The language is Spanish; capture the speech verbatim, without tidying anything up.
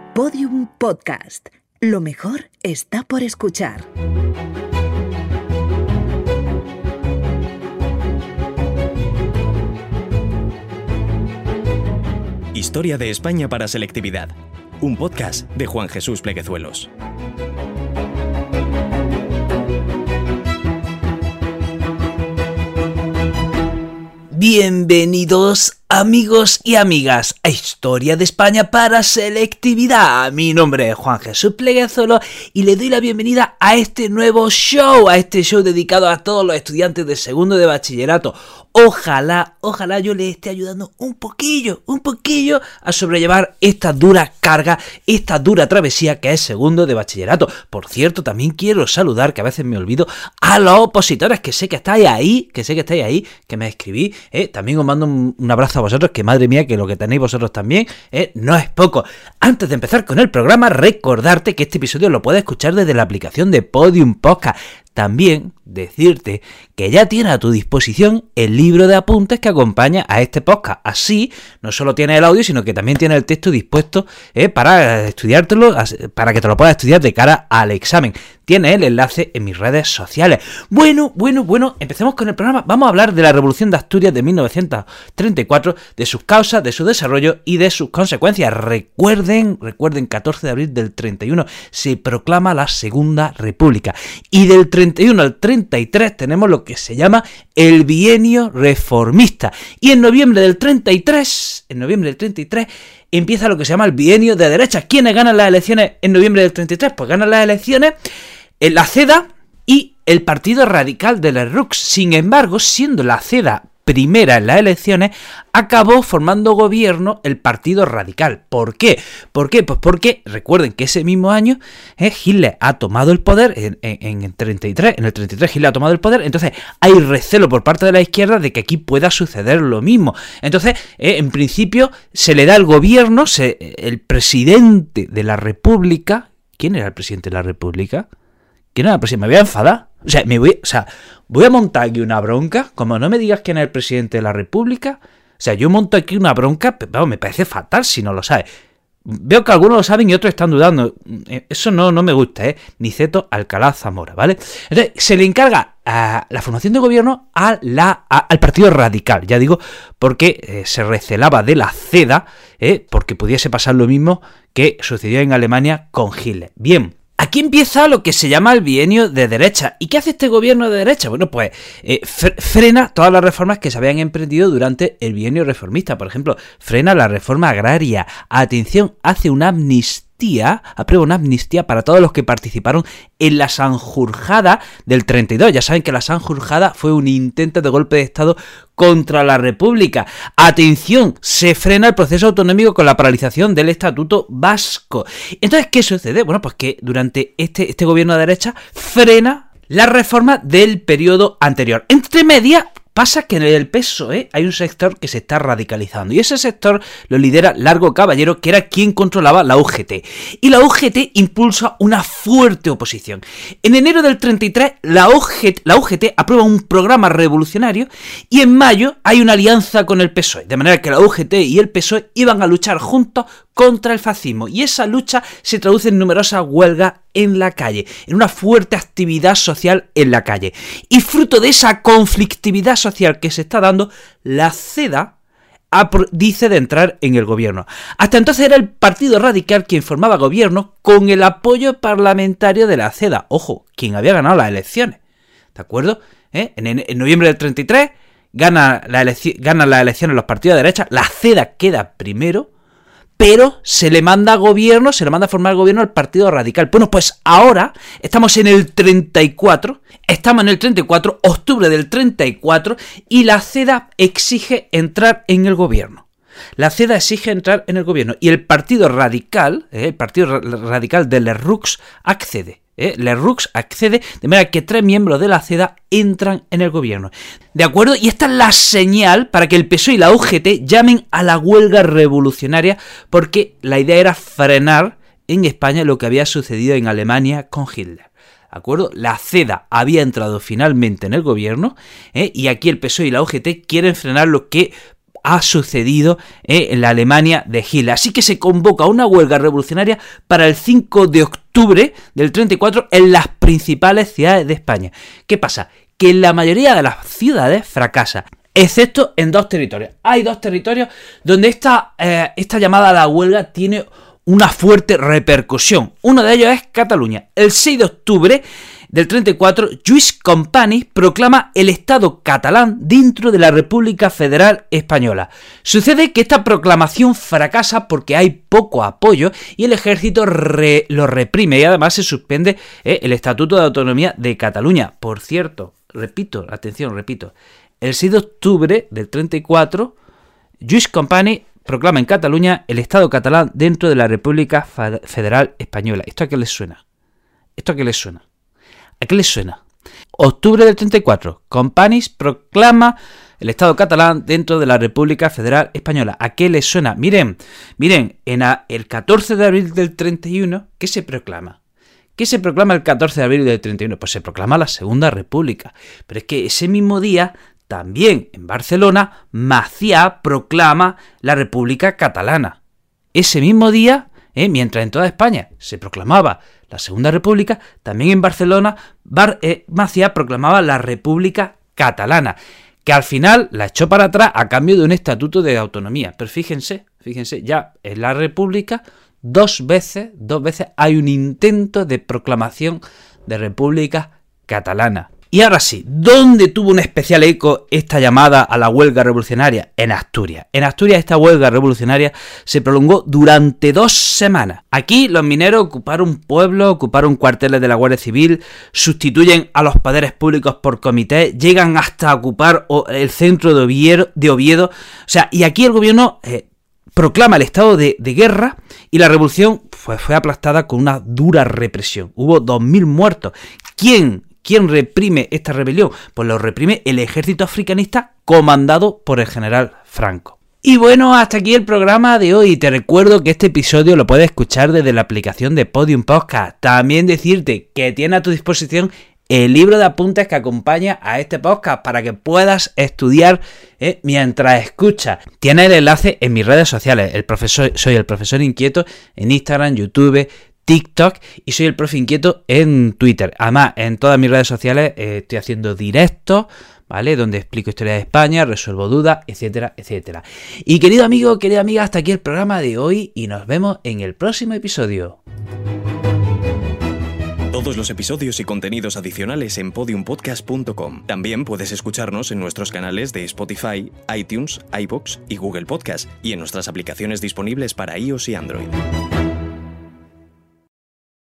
Podium Podcast. Lo mejor está por escuchar. Historia de España para selectividad. Un podcast de Juan Jesús Pleguezuelos. Bienvenidos amigos y amigas a Historia de España para selectividad. Mi nombre es Juan Jesús Pleguezuelos y le doy la bienvenida a este nuevo show, a este show dedicado a todos los estudiantes de segundo de bachillerato. Ojalá, ojalá yo les esté ayudando un poquillo, un poquillo a sobrellevar esta dura carga, esta dura travesía que es segundo de bachillerato. Por cierto, también quiero saludar, que a veces me olvido, a los opositores, que sé que estáis ahí, que sé que estáis ahí, que me escribís, eh, también os mando un, un abrazo a vosotros, que madre mía, que lo que tenéis vosotros también, eh, no es poco. Antes de empezar con el programa, recordarte que este episodio lo puedes escuchar desde la aplicación de Podium Podcast. También decirte que ya tienes a tu disposición el libro de apuntes que acompaña a este podcast. Así, no solo tienes el audio, sino que también tienes el texto dispuesto eh, para estudiártelo, para que te lo puedas estudiar de cara al examen. Tienes el enlace en mis redes sociales. Bueno, bueno, bueno, empecemos con el programa. Vamos a hablar de la Revolución de Asturias de mil novecientos treinta y cuatro, de sus causas, de su desarrollo y de sus consecuencias. Recuerden, recuerden, catorce de abril del treinta y uno se proclama la Segunda República. Y del treinta y uno al treinta y tres tenemos lo que se llama el bienio reformista. Y en noviembre del treinta y tres, en noviembre del treinta y tres, empieza lo que se llama el bienio de derechas. ¿Quiénes ganan las elecciones en noviembre del treinta y tres? Pues ganan las elecciones en la CEDA y el Partido Radical de Lerroux. Sin embargo, siendo la CEDA primera en las elecciones, acabó formando gobierno el Partido Radical. ¿Por qué? ¿Por qué? Pues porque recuerden que ese mismo año eh, Hitler ha tomado el poder, en, en, en el treinta y tres, en el treinta y tres Hitler ha tomado el poder, entonces hay recelo por parte de la izquierda de que aquí pueda suceder lo mismo. Entonces, eh, en principio, se le da el gobierno, se, el presidente de la República. ¿Quién era el presidente de la República? ¿Quién era el presidente? Me voy a enfadar. O sea, me voy, o sea, voy a montar aquí una bronca, como no me digas quién es el presidente de la República. O sea, yo monto aquí una bronca, pero me parece fatal si no lo sabes. Veo que algunos lo saben y otros están dudando. Eso no, no me gusta, ¿eh? Niceto Alcalá Zamora, ¿vale? Entonces, se le encarga a la formación de gobierno a la, a, al Partido Radical, ya digo, porque eh, se recelaba de la CEDA, ¿eh? Porque pudiese pasar lo mismo que sucedió en Alemania con Hitler. Bien. Aquí empieza lo que se llama el bienio de derecha. ¿Y qué hace este gobierno de derecha? Bueno, pues eh, frena todas las reformas que se habían emprendido durante el bienio reformista. Por ejemplo, frena la reforma agraria. Atención, hace una amnistía, aprueba una amnistía para todos los que participaron en la Sanjurjada del treinta y dos. Ya saben que la Sanjurjada fue un intento de golpe de Estado contra la República. Atención, se frena el proceso autonómico con la paralización del Estatuto Vasco. Entonces, ¿qué sucede? Bueno, pues que durante este, este gobierno de derecha frena la reforma del periodo anterior. Entre medias, pasa que en el P S O E hay un sector que se está radicalizando y ese sector lo lidera Largo Caballero, que era quien controlaba la U G T. Y la U G T impulsa una fuerte oposición. En enero del treinta y tres la U G T, la U G T aprueba un programa revolucionario y en mayo hay una alianza con el P S O E. De manera que la U G T y el P S O E iban a luchar juntos contra el fascismo y esa lucha se traduce en numerosas huelgas en la calle, en una fuerte actividad social en la calle. Y fruto de esa conflictividad social que se está dando, la CEDA dice de entrar en el gobierno. Hasta entonces era el Partido Radical quien formaba gobierno con el apoyo parlamentario de la CEDA. Ojo, quien había ganado las elecciones. ¿De acuerdo? ¿Eh? En, en, en noviembre del treinta y tres gana la elección, ganan las elecciones los partidos de derecha, la CEDA queda primero, pero se le manda a gobierno, se le manda a formar gobierno al Partido Radical. Bueno, pues ahora estamos en el treinta y cuatro, estamos en el treinta y cuatro, octubre del treinta y cuatro, y la CEDA exige entrar en el gobierno. La CEDA exige entrar en el gobierno y el Partido Radical, eh, el Partido Radical de Lerroux accede. ¿eh? Lerroux accede, de manera que tres miembros de la CEDA entran en el gobierno. ¿De acuerdo? Y esta es la señal para que el P S O E y la U G T llamen a la huelga revolucionaria, porque la idea era frenar en España lo que había sucedido en Alemania con Hitler. ¿De acuerdo? La CEDA había entrado finalmente en el gobierno, ¿eh? y aquí el P S O E y la U G T quieren frenar lo que ha sucedido eh, en la Alemania de Hitler. Así que se convoca una huelga revolucionaria para el cinco de octubre del treinta y cuatro en las principales ciudades de España. ¿Qué pasa? Que en la mayoría de las ciudades fracasa, excepto en dos territorios. Hay dos territorios donde esta, eh, esta llamada a la huelga tiene una fuerte repercusión. Uno de ellos es Cataluña. El seis de octubre del treinta y cuatro, Lluís Companys proclama el Estado catalán dentro de la República Federal Española. Sucede que esta proclamación fracasa porque hay poco apoyo y el ejército re- lo reprime, y además se suspende eh, el Estatuto de Autonomía de Cataluña. Por cierto, repito, atención, repito, el seis de octubre del treinta y cuatro, Lluís Companys proclama en Cataluña el Estado catalán dentro de la República Federal Española. ¿Esto a qué les suena? ¿Esto a qué les suena? ¿A qué les suena? Octubre del treinta y cuatro, Companys proclama el Estado catalán dentro de la República Federal Española. ¿A qué les suena? Miren, miren, en a, el catorce de abril del treinta y uno, ¿qué se proclama? ¿Qué se proclama el catorce de abril del treinta y uno? Pues se proclama la Segunda República. Pero es que ese mismo día, también en Barcelona, Macià proclama la República Catalana. Ese mismo día, eh, mientras en toda España se proclamaba la Segunda República, también en Barcelona, Bar, eh, Macià proclamaba la República Catalana, que al final la echó para atrás a cambio de un estatuto de autonomía. Pero fíjense, fíjense, ya en la República dos veces, dos veces hay un intento de proclamación de República Catalana. Y ahora sí, ¿dónde tuvo un especial eco esta llamada a la huelga revolucionaria? En Asturias. En Asturias esta huelga revolucionaria se prolongó durante dos semanas. Aquí los mineros ocuparon pueblos, ocuparon cuarteles de la Guardia Civil, sustituyen a los poderes públicos por comités, llegan hasta ocupar el centro de Oviedo. De Oviedo. O sea, y aquí el gobierno eh, proclama el estado de, de guerra y la revolución fue, fue aplastada con una dura represión. Hubo dos mil muertos. ¿Quién? ¿Quién reprime esta rebelión? Pues lo reprime el ejército africanista comandado por el general Franco. Y bueno, hasta aquí el programa de hoy. Te recuerdo que este episodio lo puedes escuchar desde la aplicación de Podium Podcast. También decirte que tiene a tu disposición el libro de apuntes que acompaña a este podcast para que puedas estudiar eh, mientras escuchas. Tienes el enlace en mis redes sociales. El profesor, soy el profesor inquieto en Instagram, YouTube, TikTok y soy el profe inquieto en Twitter. Además, en todas mis redes sociales eh, estoy haciendo directos, ¿vale? Donde explico historia de España, resuelvo dudas, etcétera, etcétera. Y querido amigo, querida amiga, hasta aquí el programa de hoy y nos vemos en el próximo episodio. Todos los episodios y contenidos adicionales en podium podcast punto com. También puedes escucharnos en nuestros canales de Spotify, iTunes, iVoox y Google Podcast y en nuestras aplicaciones disponibles para iOS y Android.